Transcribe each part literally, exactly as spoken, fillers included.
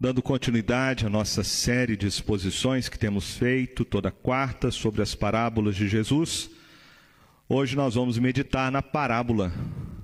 Dando continuidade à nossa série de exposições que temos feito toda quarta sobre as parábolas de Jesus, hoje nós vamos meditar na parábola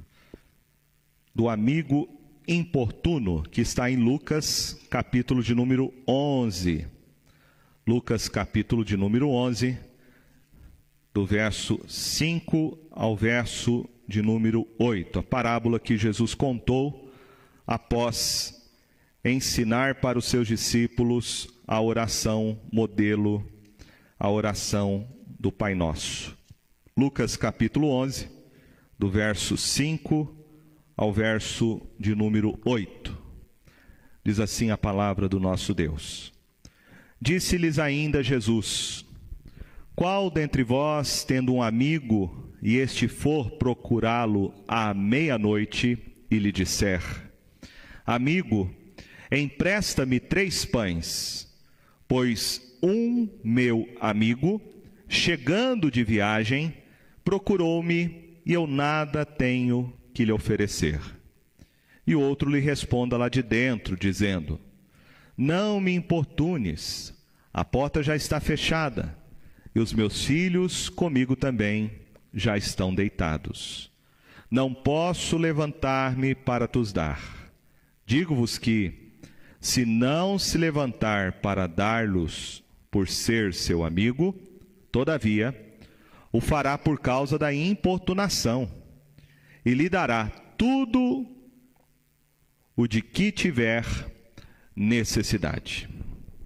do amigo importuno, que está em Lucas, capítulo de número onze. Lucas, capítulo de número onze, do verso cinco ao verso de número oito. A parábola que Jesus contou após ensinar para os seus discípulos a oração modelo, a oração do Pai Nosso. Lucas capítulo onze, do verso cinco ao verso de número oito. Diz assim a palavra do nosso Deus. Disse-lhes ainda Jesus: qual dentre vós, tendo um amigo, e este for procurá-lo à meia-noite, e lhe disser: amigo, empresta-me três pães, pois um meu amigo, chegando de viagem, procurou-me e eu nada tenho que lhe oferecer. E o outro lhe responda lá de dentro, dizendo: não me importunes, a porta já está fechada, e os meus filhos comigo também já estão deitados. Não posso levantar-me para tos dar. Digo-vos que, se não se levantar para dar-los por ser seu amigo, todavia, o fará por causa da importunação, e lhe dará tudo o de que tiver necessidade.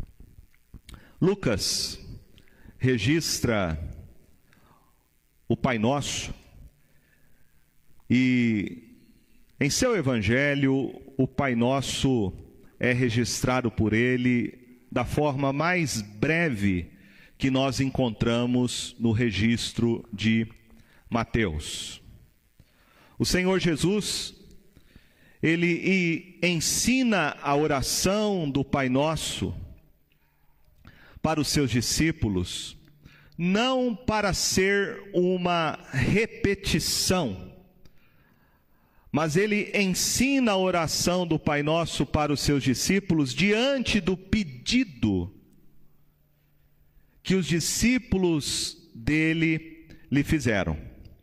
Lucas registra o Pai Nosso, e em seu evangelho o Pai Nosso é registrado por ele da forma mais breve que nós encontramos no registro de Mateus. O Senhor Jesus, ele ensina a oração do Pai Nosso para os seus discípulos, não para ser uma repetição, mas ele ensina a oração do Pai Nosso para os seus discípulos diante do pedido que os discípulos dele lhe fizeram.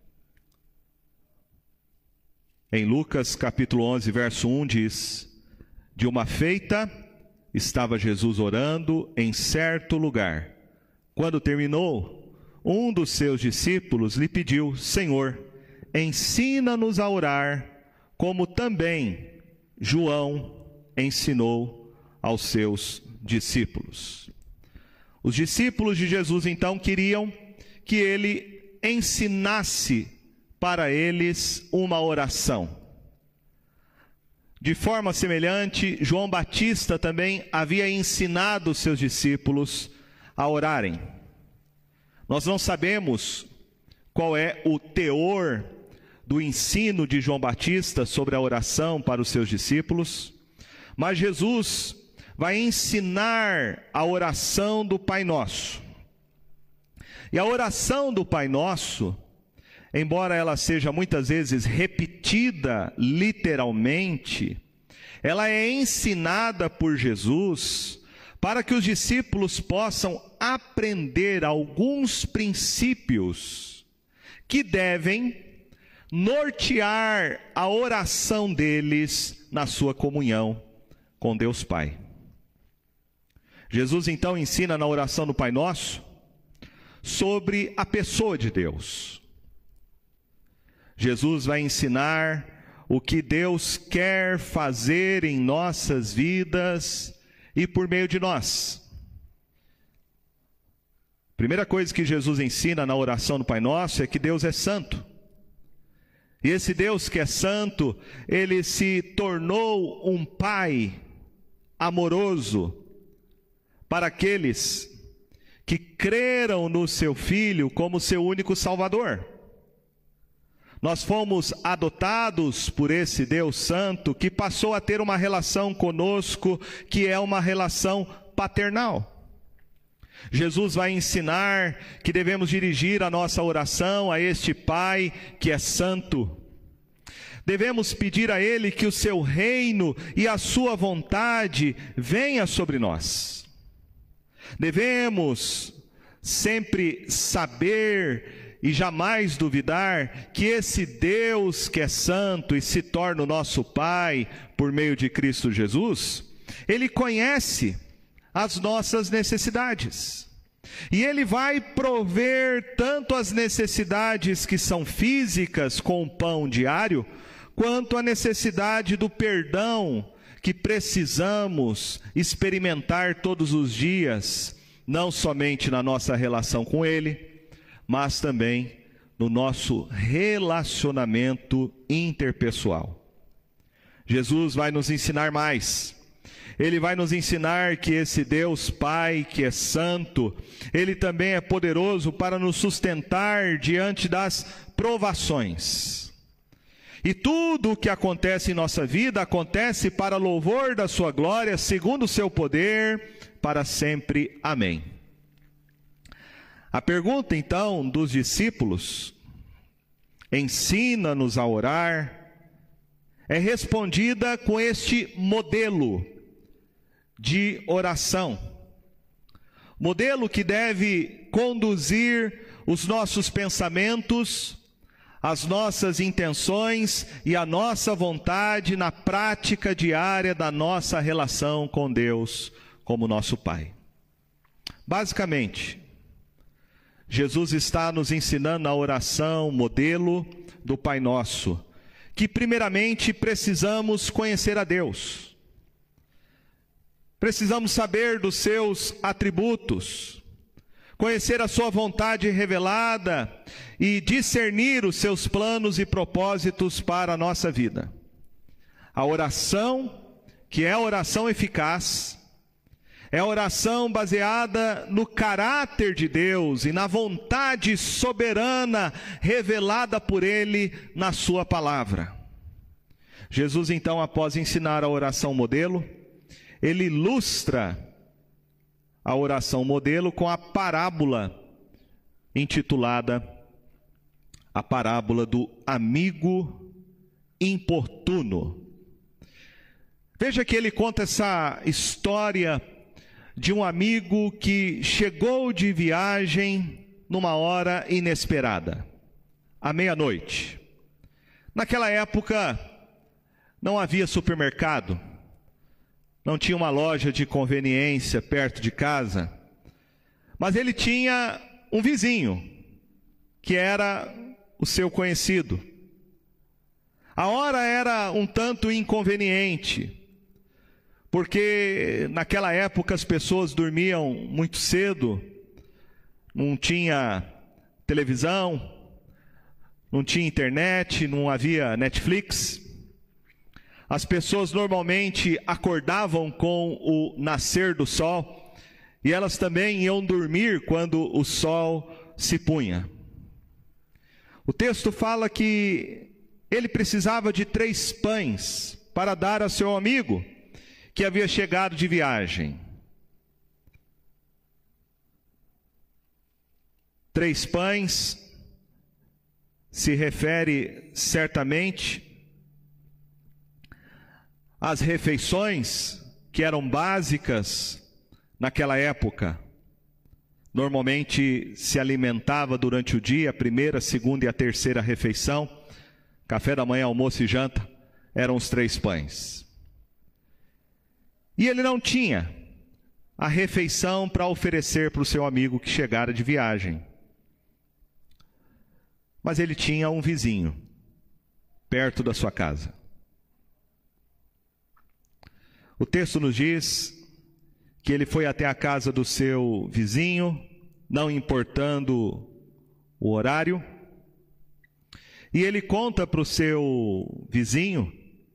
Em Lucas capítulo onze, verso um diz: de uma feita estava Jesus orando em certo lugar. Quando terminou, um dos seus discípulos lhe pediu: Senhor, ensina-nos a orar, como também João ensinou aos seus discípulos. Os discípulos de Jesus então queriam que ele ensinasse para eles uma oração. De forma semelhante, João Batista também havia ensinado os seus discípulos a orarem. Nós não sabemos qual é o teor do ensino de João Batista sobre a oração para os seus discípulos, mas Jesus vai ensinar a oração do Pai Nosso. E a oração do Pai Nosso, embora ela seja muitas vezes repetida literalmente, ela é ensinada por Jesus para que os discípulos possam aprender alguns princípios que devem nortear a oração deles na sua comunhão com Deus Pai. Jesus então ensina na oração do Pai Nosso sobre a pessoa de Deus. Jesus vai ensinar o que Deus quer fazer em nossas vidas e por meio de nós. Primeira coisa que Jesus ensina na oração do Pai Nosso é que Deus é santo. E esse Deus que é santo, ele se tornou um Pai amoroso para aqueles que creram no seu Filho como seu único Salvador. Nós fomos adotados por esse Deus santo que passou a ter uma relação conosco que é uma relação paternal. Jesus vai ensinar que devemos dirigir a nossa oração a este Pai que é santo. Devemos pedir a Ele que o seu reino e a sua vontade venha sobre nós. Devemos sempre saber e jamais duvidar que esse Deus que é santo e se torna o nosso Pai por meio de Cristo Jesus, Ele conhece as nossas necessidades. E Ele vai prover tanto as necessidades que são físicas com o pão diário, quanto a necessidade do perdão que precisamos experimentar todos os dias, não somente na nossa relação com Ele, mas também no nosso relacionamento interpessoal. Jesus vai nos ensinar mais. Ele vai nos ensinar que esse Deus Pai, que é santo, Ele também é poderoso para nos sustentar diante das provações. E tudo o que acontece em nossa vida, acontece para louvor da sua glória, segundo o seu poder, para sempre. Amém. A pergunta, então, dos discípulos, ensina-nos a orar, é respondida com este modelo de oração. Modelo que deve conduzir os nossos pensamentos, as nossas intenções e a nossa vontade na prática diária da nossa relação com Deus como nosso Pai. Basicamente, Jesus está nos ensinando a oração modelo do Pai Nosso, que primeiramente precisamos conhecer a Deus. Precisamos saber dos seus atributos, conhecer a sua vontade revelada e discernir os seus planos e propósitos para a nossa vida. A oração, que é a oração eficaz, é a oração baseada no caráter de Deus e na vontade soberana revelada por Ele na sua palavra. Jesus, então, após ensinar a oração modelo, Ele ilustra a oração modelo com a parábola intitulada a parábola do amigo importuno. Veja que ele conta essa história de um amigo que chegou de viagem numa hora inesperada, à meia-noite. Naquela época não havia supermercado, não tinha uma loja de conveniência perto de casa, mas ele tinha um vizinho, que era o seu conhecido. A hora era um tanto inconveniente, porque naquela época as pessoas dormiam muito cedo, não tinha televisão, não tinha internet, não havia Netflix. As pessoas normalmente acordavam com o nascer do sol e elas também iam dormir quando o sol se punha. O texto fala que ele precisava de três pães para dar a seu amigo que havia chegado de viagem. Três pães se refere certamente as refeições que eram básicas naquela época. Normalmente se alimentava durante o dia, a primeira, a segunda e a terceira refeição. Café da manhã, almoço e janta, eram os três pães. E ele não tinha a refeição para oferecer para o seu amigo que chegara de viagem. Mas ele tinha um vizinho, perto da sua casa. O texto nos diz que ele foi até a casa do seu vizinho, não importando o horário, e ele conta para o seu vizinho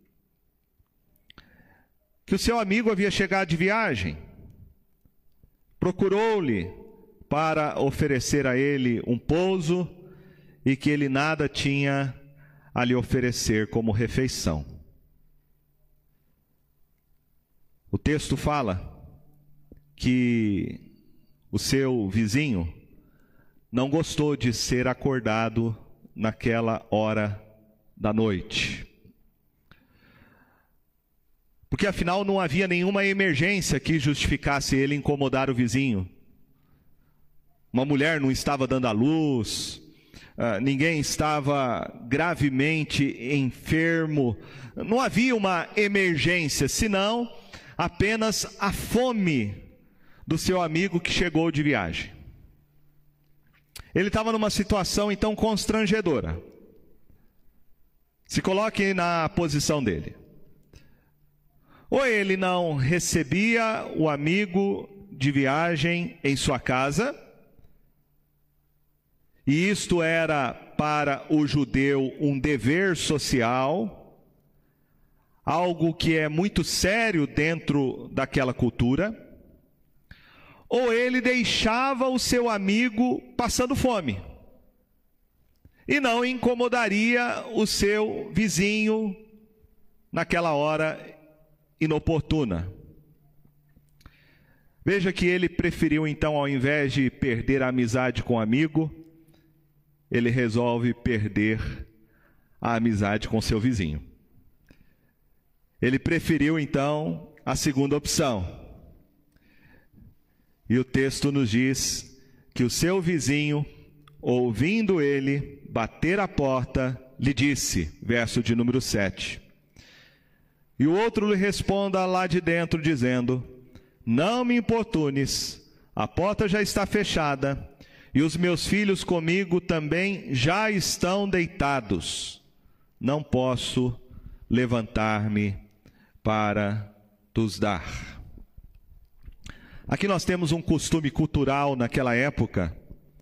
que o seu amigo havia chegado de viagem, procurou-lhe para oferecer a ele um pouso e que ele nada tinha a lhe oferecer como refeição. O texto fala que o seu vizinho não gostou de ser acordado naquela hora da noite. Porque afinal não havia nenhuma emergência que justificasse ele incomodar o vizinho. Uma mulher não estava dando à luz, uh, ninguém estava gravemente enfermo, não havia uma emergência, senão apenas a fome do seu amigo que chegou de viagem. Ele estava numa situação então constrangedora. Se coloque na posição dele. Ou ele não recebia o amigo de viagem em sua casa, e isto era para o judeu um dever social, algo que é muito sério dentro daquela cultura, ou ele deixava o seu amigo passando fome, e não incomodaria o seu vizinho naquela hora inoportuna. Veja que ele preferiu então, ao invés de perder a amizade com o amigo, ele resolve perder a amizade com seu vizinho. Ele preferiu então a segunda opção. E o texto nos diz que o seu vizinho, ouvindo ele bater a porta, lhe disse, verso de número sete. E o outro lhe responda lá de dentro, dizendo: não me importunes, a porta já está fechada, e os meus filhos comigo também já estão deitados. Não posso levantar-me para tos dar. Aqui nós temos um costume cultural naquela época,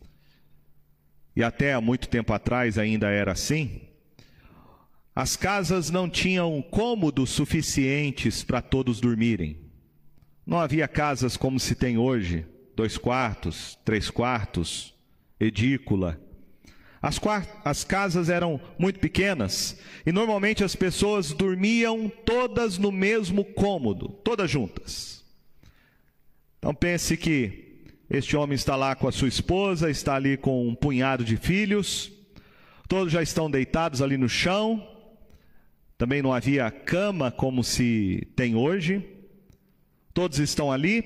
e até há muito tempo atrás ainda era assim. As casas não tinham cômodos suficientes para todos dormirem. Não havia casas como se tem hoje, dois quartos, três quartos, edícula. As, as casas eram muito pequenas e normalmente as pessoas dormiam todas no mesmo cômodo, todas juntas. Então pense que este homem está lá com a sua esposa, está ali com um punhado de filhos, todos já estão deitados ali no chão. Também não havia cama como se tem hoje. Todos estão ali.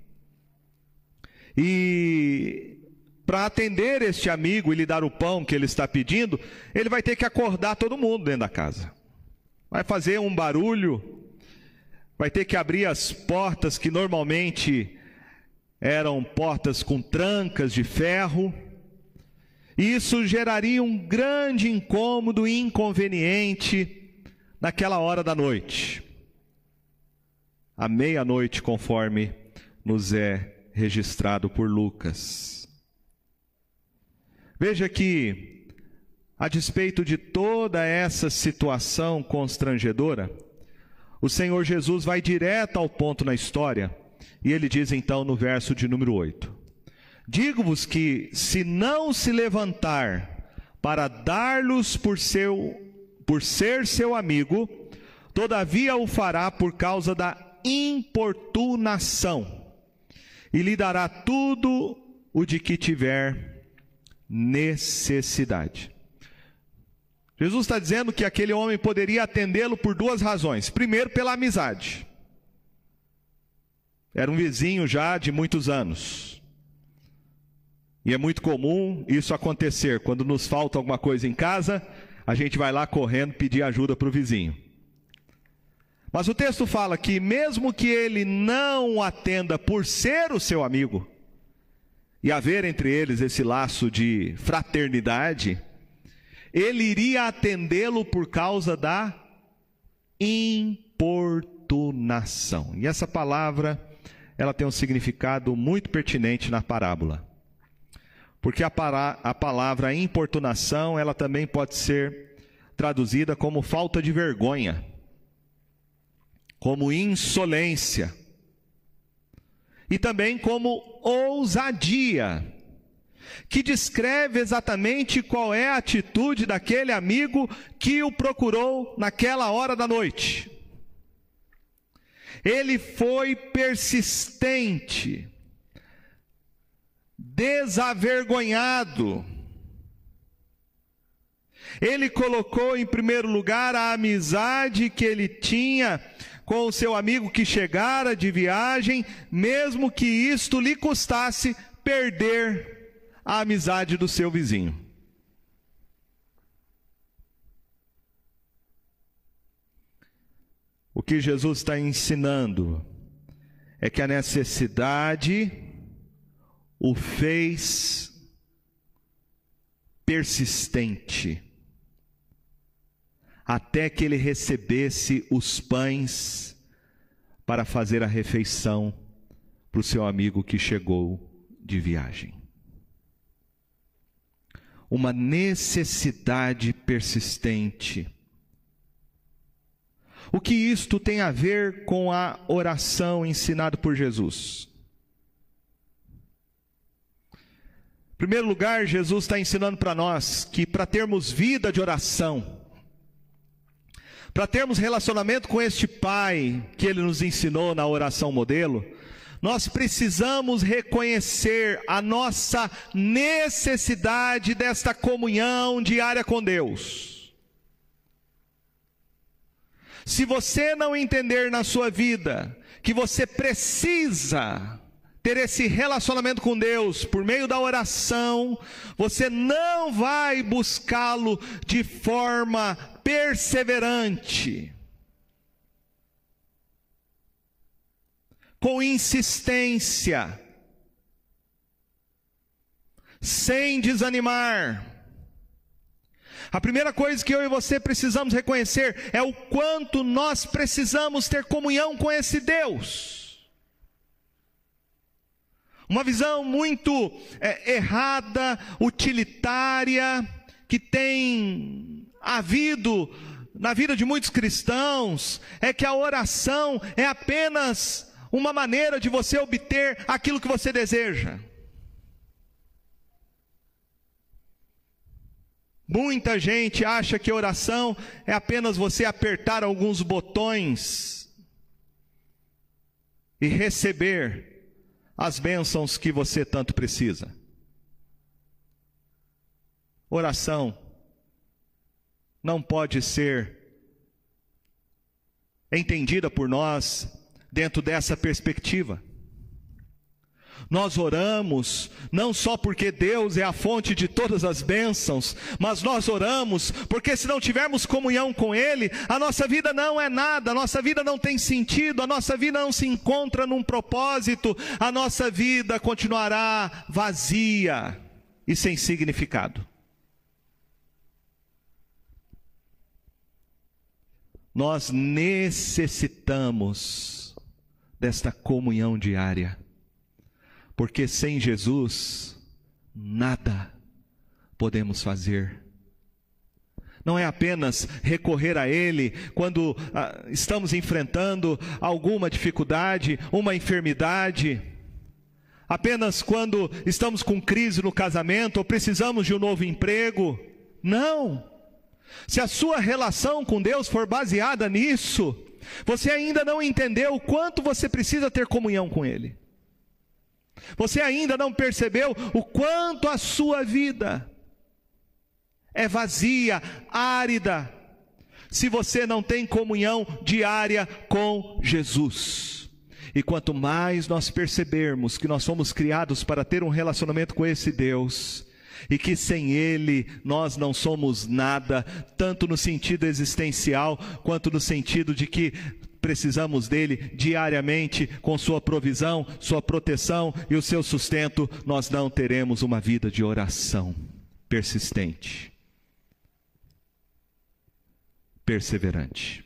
E para atender este amigo e lhe dar o pão que ele está pedindo, ele vai ter que acordar todo mundo dentro da casa. Vai fazer um barulho, vai ter que abrir as portas que normalmente eram portas com trancas de ferro. E isso geraria um grande incômodo e inconveniente naquela hora da noite, à meia-noite, conforme nos é registrado por Lucas. Veja que, a despeito de toda essa situação constrangedora, o Senhor Jesus vai direto ao ponto na história, e ele diz então no verso de número oito: digo-vos que, se não se levantar para dar-los por seu por ser seu amigo, todavia o fará por causa da importunação, e lhe dará tudo o de que tiver necessidade. Jesus está dizendo que aquele homem poderia atendê-lo por duas razões. Primeiro, pela amizade. Era um vizinho já de muitos anos. E é muito comum isso acontecer. Quando nos falta alguma coisa em casa, a gente vai lá correndo pedir ajuda para o vizinho. Mas o texto fala que mesmo que ele não o atenda por ser o seu amigo, e haver entre eles esse laço de fraternidade, ele iria atendê-lo por causa da importunação. E essa palavra, ela tem um significado muito pertinente na parábola. Porque a, para, a palavra importunação, ela também pode ser traduzida como falta de vergonha, como insolência, e também como ousadia, que descreve exatamente qual é a atitude daquele amigo que o procurou naquela hora da noite. Ele foi persistente, desavergonhado. Ele colocou em primeiro lugar a amizade que ele tinha com o seu amigo que chegara de viagem, mesmo que isto lhe custasse perder a amizade do seu vizinho. O que Jesus está ensinando é que a necessidade o fez persistente, até que ele recebesse os pães para fazer a refeição para o seu amigo que chegou de viagem. Uma necessidade persistente. O que isto tem a ver com a oração ensinada por Jesus? Em primeiro lugar, Jesus está ensinando para nós que para termos vida de oração, para termos relacionamento com este Pai que Ele nos ensinou na oração modelo, nós precisamos reconhecer a nossa necessidade desta comunhão diária com Deus. Se você não entender na sua vida que você precisa ter esse relacionamento com Deus por meio da oração, você não vai buscá-lo de forma perseverante, com insistência, sem desanimar. A primeira coisa que eu e você precisamos reconhecer é o quanto nós precisamos ter comunhão com esse Deus. Uma visão muito é, errada, utilitária, que tem havido na vida de muitos cristãos, é que a oração é apenas uma maneira de você obter aquilo que você deseja. Muita gente acha que oração é apenas você apertar alguns botões e receber as bênçãos que você tanto precisa. Oração não pode ser entendida por nós dentro dessa perspectiva. Nós oramos não só porque Deus é a fonte de todas as bênçãos, mas nós oramos porque se não tivermos comunhão com Ele, a nossa vida não é nada, a nossa vida não tem sentido, a nossa vida não se encontra num propósito, a nossa vida continuará vazia e sem significado. Nós necessitamos desta comunhão diária. Porque sem Jesus, nada podemos fazer. Não é apenas recorrer a Ele quando ah, estamos enfrentando alguma dificuldade, uma enfermidade. Apenas quando estamos com crise no casamento ou precisamos de um novo emprego. Não! Se a sua relação com Deus for baseada nisso, você ainda não entendeu o quanto você precisa ter comunhão com Ele. Você ainda não percebeu o quanto a sua vida é vazia, árida, se você não tem comunhão diária com Jesus. E quanto mais nós percebermos que nós somos criados para ter um relacionamento com esse Deus, e que sem Ele nós não somos nada, tanto no sentido existencial, quanto no sentido de que precisamos dele diariamente, com sua provisão, sua proteção e o seu sustento, nós não teremos uma vida de oração persistente, perseverante.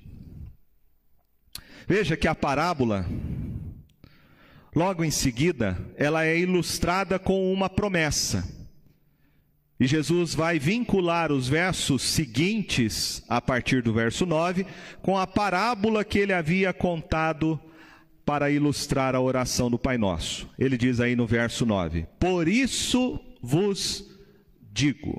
Veja que a parábola, logo em seguida, ela é ilustrada com uma promessa. E Jesus vai vincular os versos seguintes, a partir do verso nove, com a parábola que ele havia contado para ilustrar a oração do Pai Nosso. Ele diz aí no verso nove: por isso vos digo.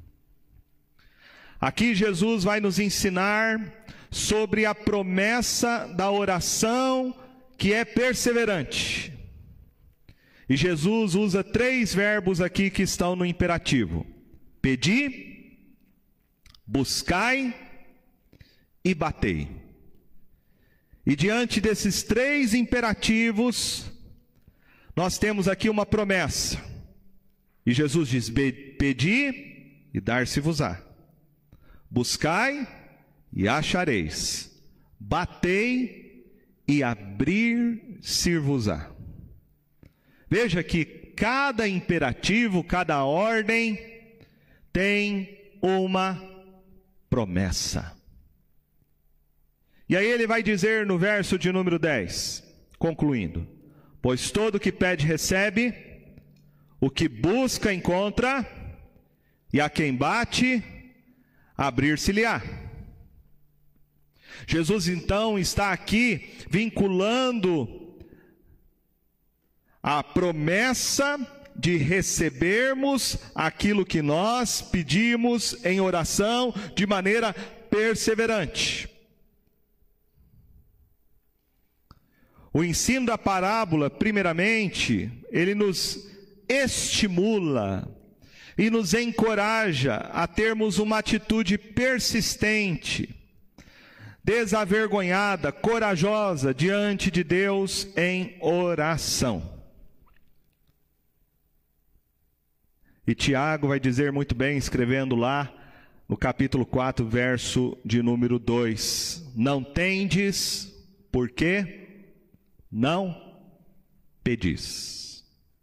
Aqui Jesus vai nos ensinar sobre a promessa da oração que é perseverante. E Jesus usa três verbos aqui que estão no imperativo: pedi, buscai e batei. E diante desses três imperativos, nós temos aqui uma promessa. E Jesus diz: pedi e dar-se-vos-á. Buscai e achareis. Batei e abrir-se-vos-á. Veja que cada imperativo, cada ordem tem uma promessa. E aí ele vai dizer no verso de número dez, concluindo: pois todo o que pede recebe, o que busca encontra, e a quem bate, abrir-se-lhe-á. Jesus então está aqui vinculando a promessa de recebermos aquilo que nós pedimos em oração de maneira perseverante. O ensino da parábola, primeiramente, ele nos estimula e nos encoraja a termos uma atitude persistente, desavergonhada, corajosa diante de Deus em oração. E Tiago vai dizer muito bem, escrevendo lá no capítulo quatro, verso de número dois: não tendes, porque não pedis.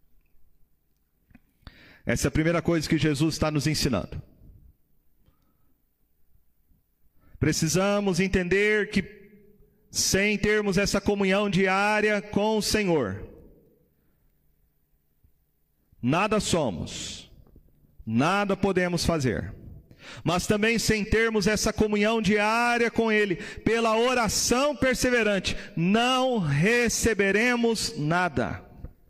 Essa é a primeira coisa que Jesus está nos ensinando. Precisamos entender que, sem termos essa comunhão diária com o Senhor, nada somos, nada podemos fazer. Mas também sem termos essa comunhão diária com Ele, pela oração perseverante, não receberemos nada.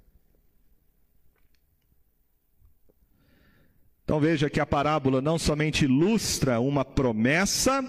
Então veja que a parábola não somente ilustra uma promessa,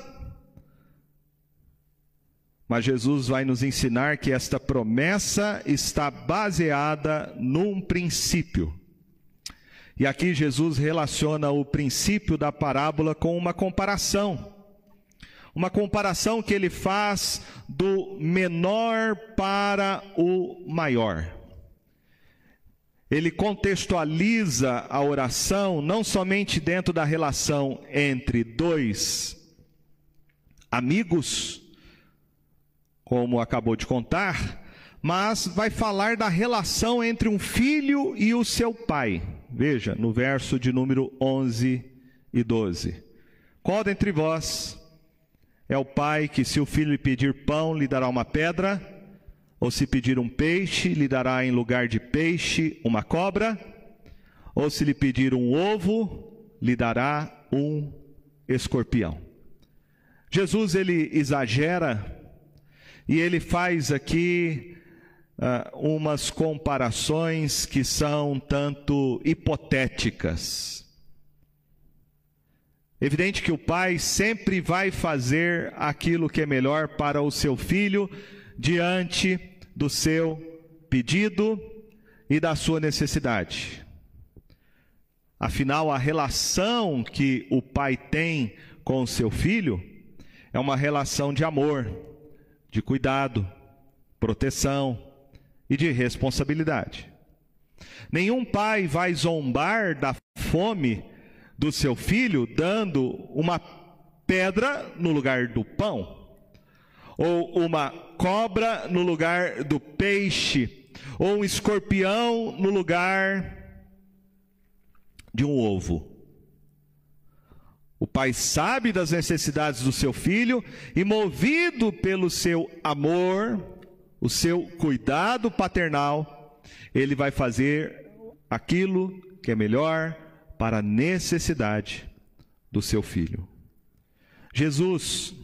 mas Jesus vai nos ensinar que esta promessa está baseada num princípio. E aqui Jesus relaciona o princípio da parábola com uma comparação. Uma comparação que ele faz do menor para o maior. Ele contextualiza a oração não somente dentro da relação entre dois amigos, como acabou de contar, mas vai falar da relação entre um filho e o seu pai. Veja, no verso de número onze e doze. Qual dentre vós é o pai que, se o filho lhe pedir pão, lhe dará uma pedra? Ou se pedir um peixe, lhe dará em lugar de peixe uma cobra? Ou se lhe pedir um ovo, lhe dará um escorpião? Jesus, ele exagera e ele faz aqui uh, umas comparações que são tanto hipotéticas. Evidente que o pai sempre vai fazer aquilo que é melhor para o seu filho diante do seu pedido e da sua necessidade. Afinal, a relação que o pai tem com o seu filho é uma relação de amor, de cuidado, proteção e de responsabilidade. Nenhum pai vai zombar da fome do seu filho dando uma pedra no lugar do pão, ou uma cobra no lugar do peixe, ou um escorpião no lugar de um ovo. O pai sabe das necessidades do seu filho e, movido pelo seu amor, o seu cuidado paternal, ele vai fazer aquilo que é melhor para a necessidade do seu filho. Jesus,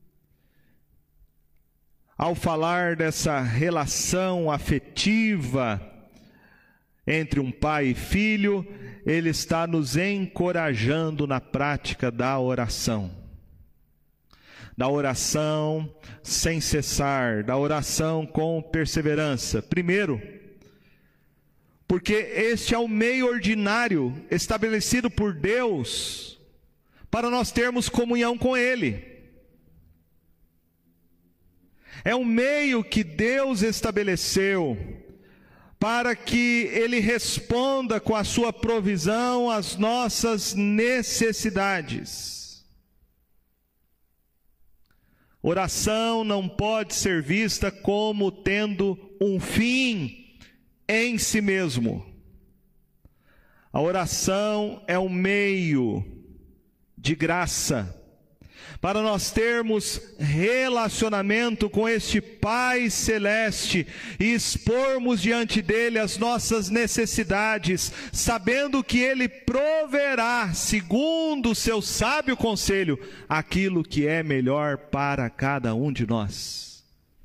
ao falar dessa relação afetiva entre um pai e filho, ele está nos encorajando na prática da oração. Da oração sem cessar, da oração com perseverança. Primeiro, porque este é o meio ordinário estabelecido por Deus para nós termos comunhão com Ele. É um meio que Deus estabeleceu para que Ele responda com a sua provisão às nossas necessidades. Oração não pode ser vista como tendo um fim em si mesmo. A oração é um meio de graça para nós termos relacionamento com este Pai Celeste e expormos diante dele as nossas necessidades, sabendo que ele proverá, segundo o seu sábio conselho, aquilo que é melhor para cada um de nós.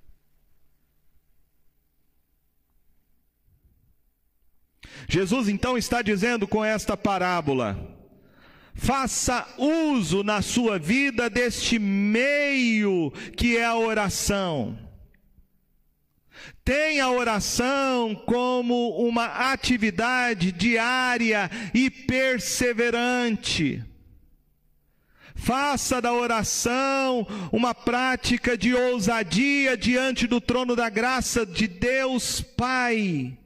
Jesus então está dizendo com esta parábola: faça uso na sua vida deste meio que é a oração. Tenha a oração como uma atividade diária e perseverante. Faça da oração uma prática de ousadia diante do trono da graça de Deus Pai.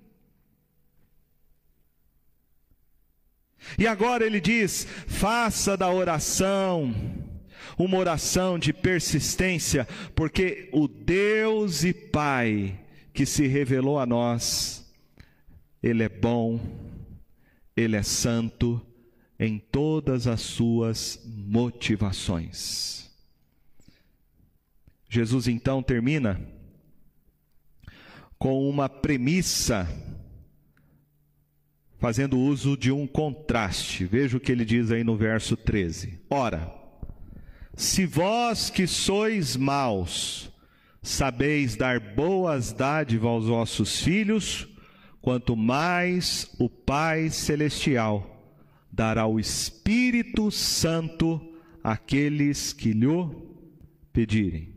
E agora ele diz: faça da oração uma oração de persistência, porque o Deus e Pai que se revelou a nós, Ele é bom, Ele é santo em todas as suas motivações. Jesus então termina com uma premissa, fazendo uso de um contraste. Veja o que ele diz aí no verso treze. Ora, se vós que sois maus, sabeis dar boas dádivas aos vossos filhos, quanto mais o Pai Celestial dará o Espírito Santo àqueles que lhe pedirem.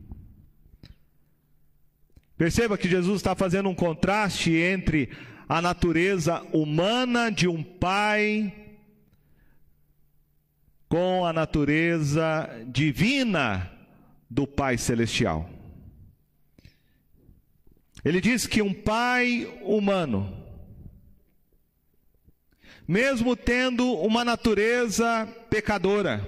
Perceba que Jesus está fazendo um contraste entre a natureza humana de um pai com a natureza divina do Pai Celestial. Ele diz que um pai humano, mesmo tendo uma natureza pecadora,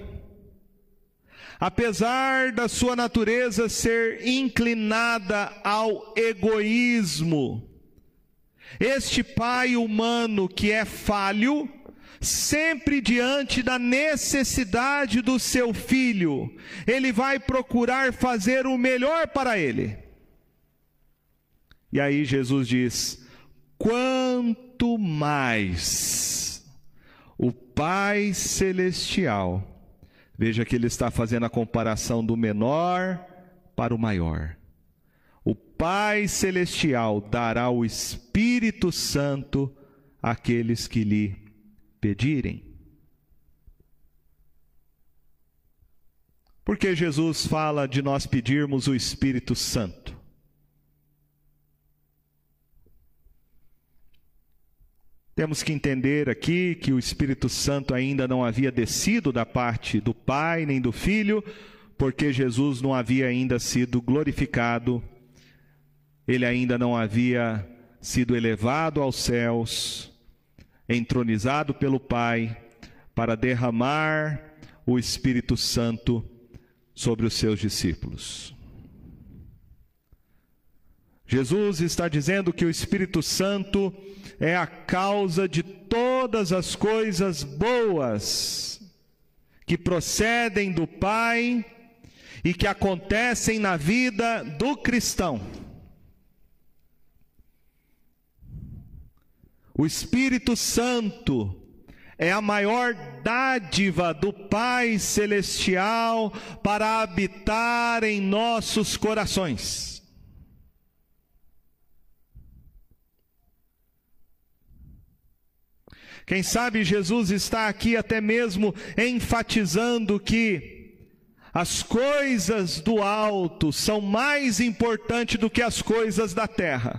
apesar da sua natureza ser inclinada ao egoísmo, este pai humano que é falho, sempre diante da necessidade do seu filho, ele vai procurar fazer o melhor para ele. E aí Jesus diz: quanto mais o Pai Celestial, veja que ele está fazendo a comparação do menor para o maior. O Pai Celestial dará o Espírito Santo àqueles que lhe pedirem. Por que Jesus fala de nós pedirmos o Espírito Santo? Temos que entender aqui que o Espírito Santo ainda não havia descido da parte do Pai nem do Filho, porque Jesus não havia ainda sido glorificado. Ele ainda não havia sido elevado aos céus, entronizado pelo Pai, para derramar o Espírito Santo sobre os seus discípulos. Jesus está dizendo que o Espírito Santo é a causa de todas as coisas boas que procedem do Pai e que acontecem na vida do cristão. O Espírito Santo é a maior dádiva do Pai Celestial para habitar em nossos corações. Quem sabe Jesus está aqui até mesmo enfatizando que as coisas do alto são mais importantes do que as coisas da terra.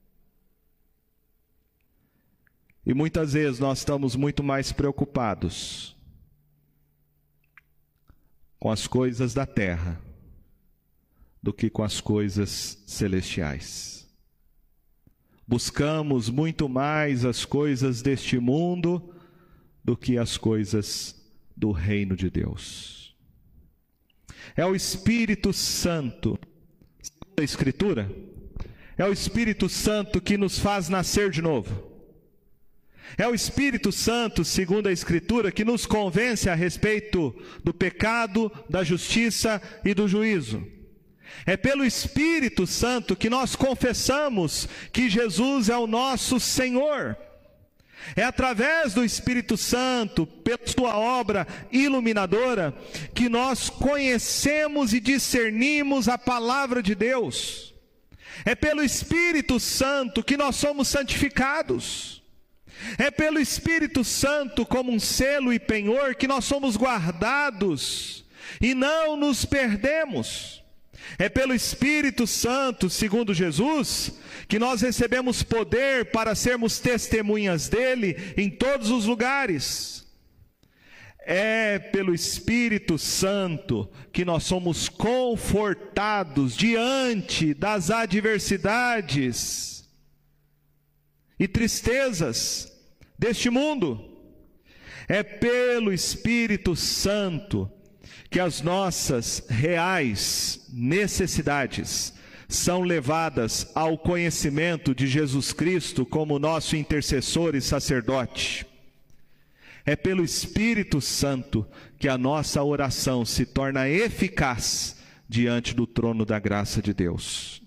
E muitas vezes nós estamos muito mais preocupados com as coisas da terra do que com as coisas celestiais. Buscamos muito mais as coisas deste mundo do que as coisas do reino de Deus. É o Espírito Santo, a Escritura, é o Espírito Santo que nos faz nascer de novo. É o Espírito Santo, segundo a Escritura, que nos convence a respeito do pecado, da justiça e do juízo. É pelo Espírito Santo que nós confessamos que Jesus é o nosso Senhor. É através do Espírito Santo, pela sua obra iluminadora, que nós conhecemos e discernimos a palavra de Deus. É pelo Espírito Santo que nós somos santificados. É pelo Espírito Santo, como um selo e penhor, que nós somos guardados e não nos perdemos. É pelo Espírito Santo, segundo Jesus, que nós recebemos poder para sermos testemunhas dele em todos os lugares. É pelo Espírito Santo que nós somos confortados diante das adversidades e tristezas deste mundo. É pelo Espírito Santo que as nossas reais necessidades são levadas ao conhecimento de Jesus Cristo como nosso intercessor e sacerdote. É pelo Espírito Santo que a nossa oração se torna eficaz diante do trono da graça de Deus.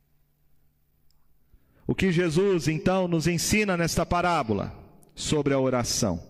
O que Jesus então nos ensina nesta parábola sobre a oração?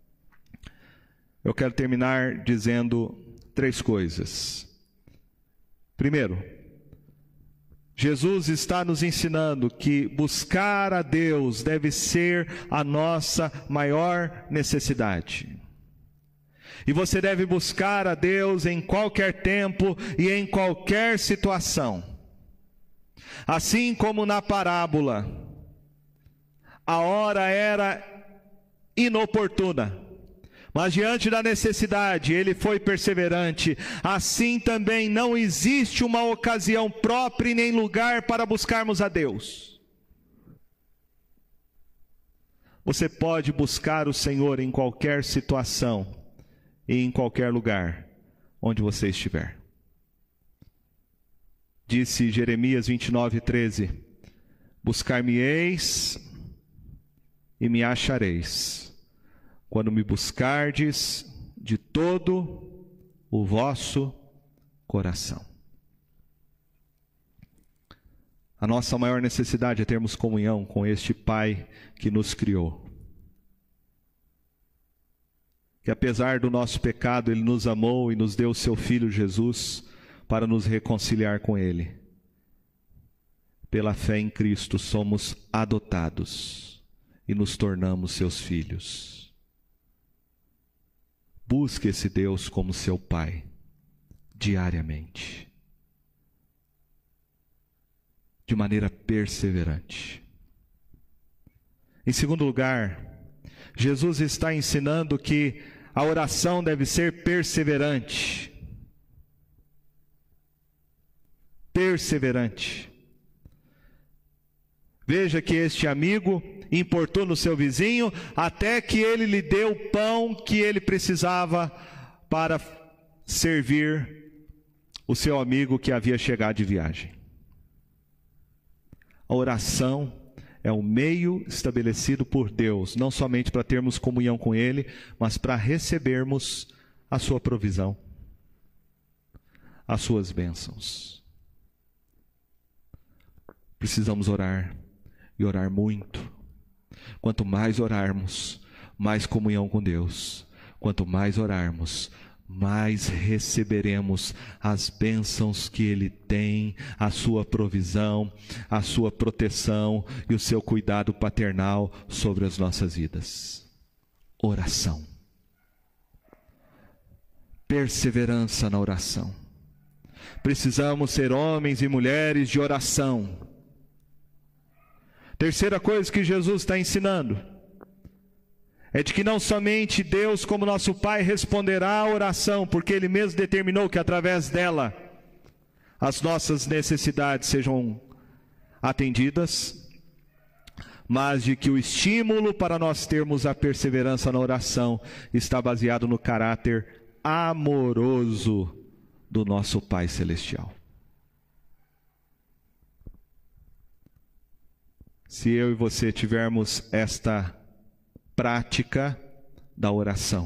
Eu quero terminar dizendo três coisas. Primeiro, Jesus está nos ensinando que buscar a Deus deve ser a nossa maior necessidade. E você deve buscar a Deus em qualquer tempo e em qualquer situação. Assim como na parábola, a hora era inoportuna, mas diante da necessidade ele foi perseverante. Assim também não existe uma ocasião própria e nem lugar para buscarmos a Deus. Você pode buscar o Senhor em qualquer situação e em qualquer lugar onde você estiver. Disse Jeremias vinte e nove, treze: buscar-me-eis e me achareis, quando me buscardes de todo o vosso coração. A nossa maior necessidade é termos comunhão com este Pai que nos criou. Que apesar do nosso pecado, Ele nos amou e nos deu o seu Filho Jesus para nos reconciliar com Ele. Pela fé em Cristo somos adotados e nos tornamos seus filhos. Busque esse Deus como seu Pai, diariamente, de maneira perseverante. Em segundo lugar, Jesus está ensinando que a oração deve ser perseverante. Perseverante. Veja que este amigo importuna o seu vizinho até que ele lhe dê o pão que ele precisava para servir o seu amigo que havia chegado de viagem. A oração é o meio estabelecido por Deus, não somente para termos comunhão com Ele, mas para recebermos a sua provisão, as suas bênçãos. Precisamos orar, e orar muito. Quanto mais orarmos, mais comunhão com Deus. Quanto mais orarmos, mais receberemos as bênçãos que Ele tem, a sua provisão, a sua proteção e o seu cuidado paternal sobre as nossas vidas. Oração. Perseverança na oração. Precisamos ser homens e mulheres de oração. Terceira coisa que Jesus está ensinando é de que não somente Deus, como nosso Pai, responderá à oração, porque Ele mesmo determinou que através dela as nossas necessidades sejam atendidas, mas de que o estímulo para nós termos a perseverança na oração está baseado no caráter amoroso do nosso Pai Celestial. Se eu e você tivermos esta prática da oração,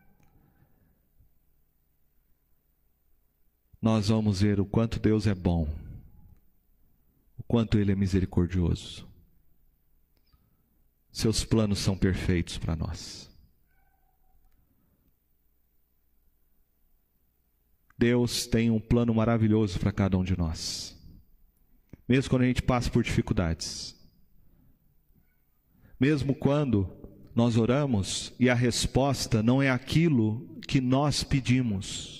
nós vamos ver o quanto Deus é bom, o quanto Ele é misericordioso. Seus planos são perfeitos para nós. Deus tem um plano maravilhoso para cada um de nós, mesmo quando a gente passa por dificuldades, mesmo quando nós oramos e a resposta não é aquilo que nós pedimos.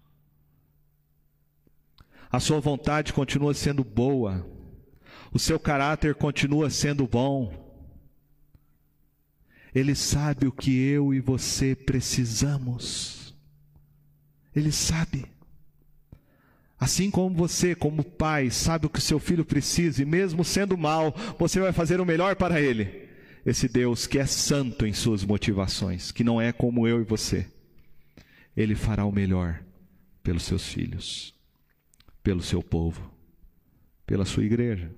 A sua vontade continua sendo boa, o seu caráter continua sendo bom. Ele sabe o que eu e você precisamos. Ele sabe. Assim como você, como pai, sabe o que seu filho precisa, e mesmo sendo mal, você vai fazer o melhor para ele. Esse Deus que é santo em suas motivações, que não é como eu e você, Ele fará o melhor pelos seus filhos, pelo seu povo, pela sua igreja.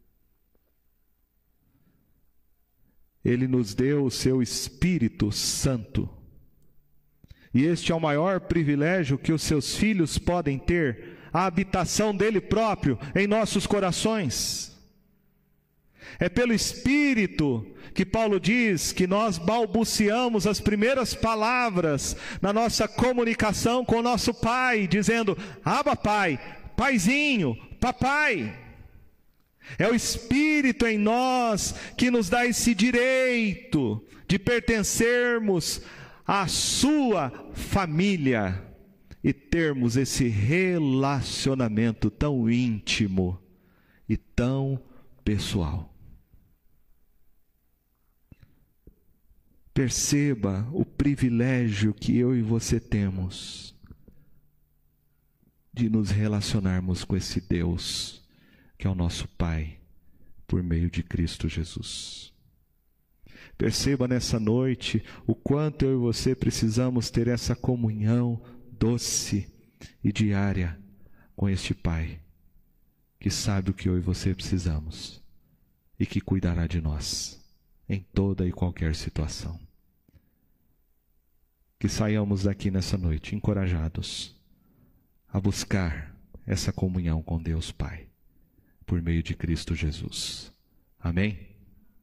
Ele nos deu o seu Espírito Santo. E este é o maior privilégio que os seus filhos podem ter, a habitação dele próprio em nossos corações. É pelo Espírito que Paulo diz que nós balbuciamos as primeiras palavras na nossa comunicação com o nosso Pai, dizendo: Abba, Pai, Paizinho, Papai. É o Espírito em nós que nos dá esse direito de pertencermos à sua família e termos esse relacionamento tão íntimo e tão pessoal. Perceba o privilégio que eu e você temos de nos relacionarmos com esse Deus que é o nosso Pai, por meio de Cristo Jesus. Perceba nessa noite o quanto eu e você precisamos ter essa comunhão doce e diária com este Pai, que sabe o que eu e você precisamos e que cuidará de nós em toda e qualquer situação. Que saiamos daqui nessa noite encorajados a buscar essa comunhão com Deus Pai, por meio de Cristo Jesus. Amém?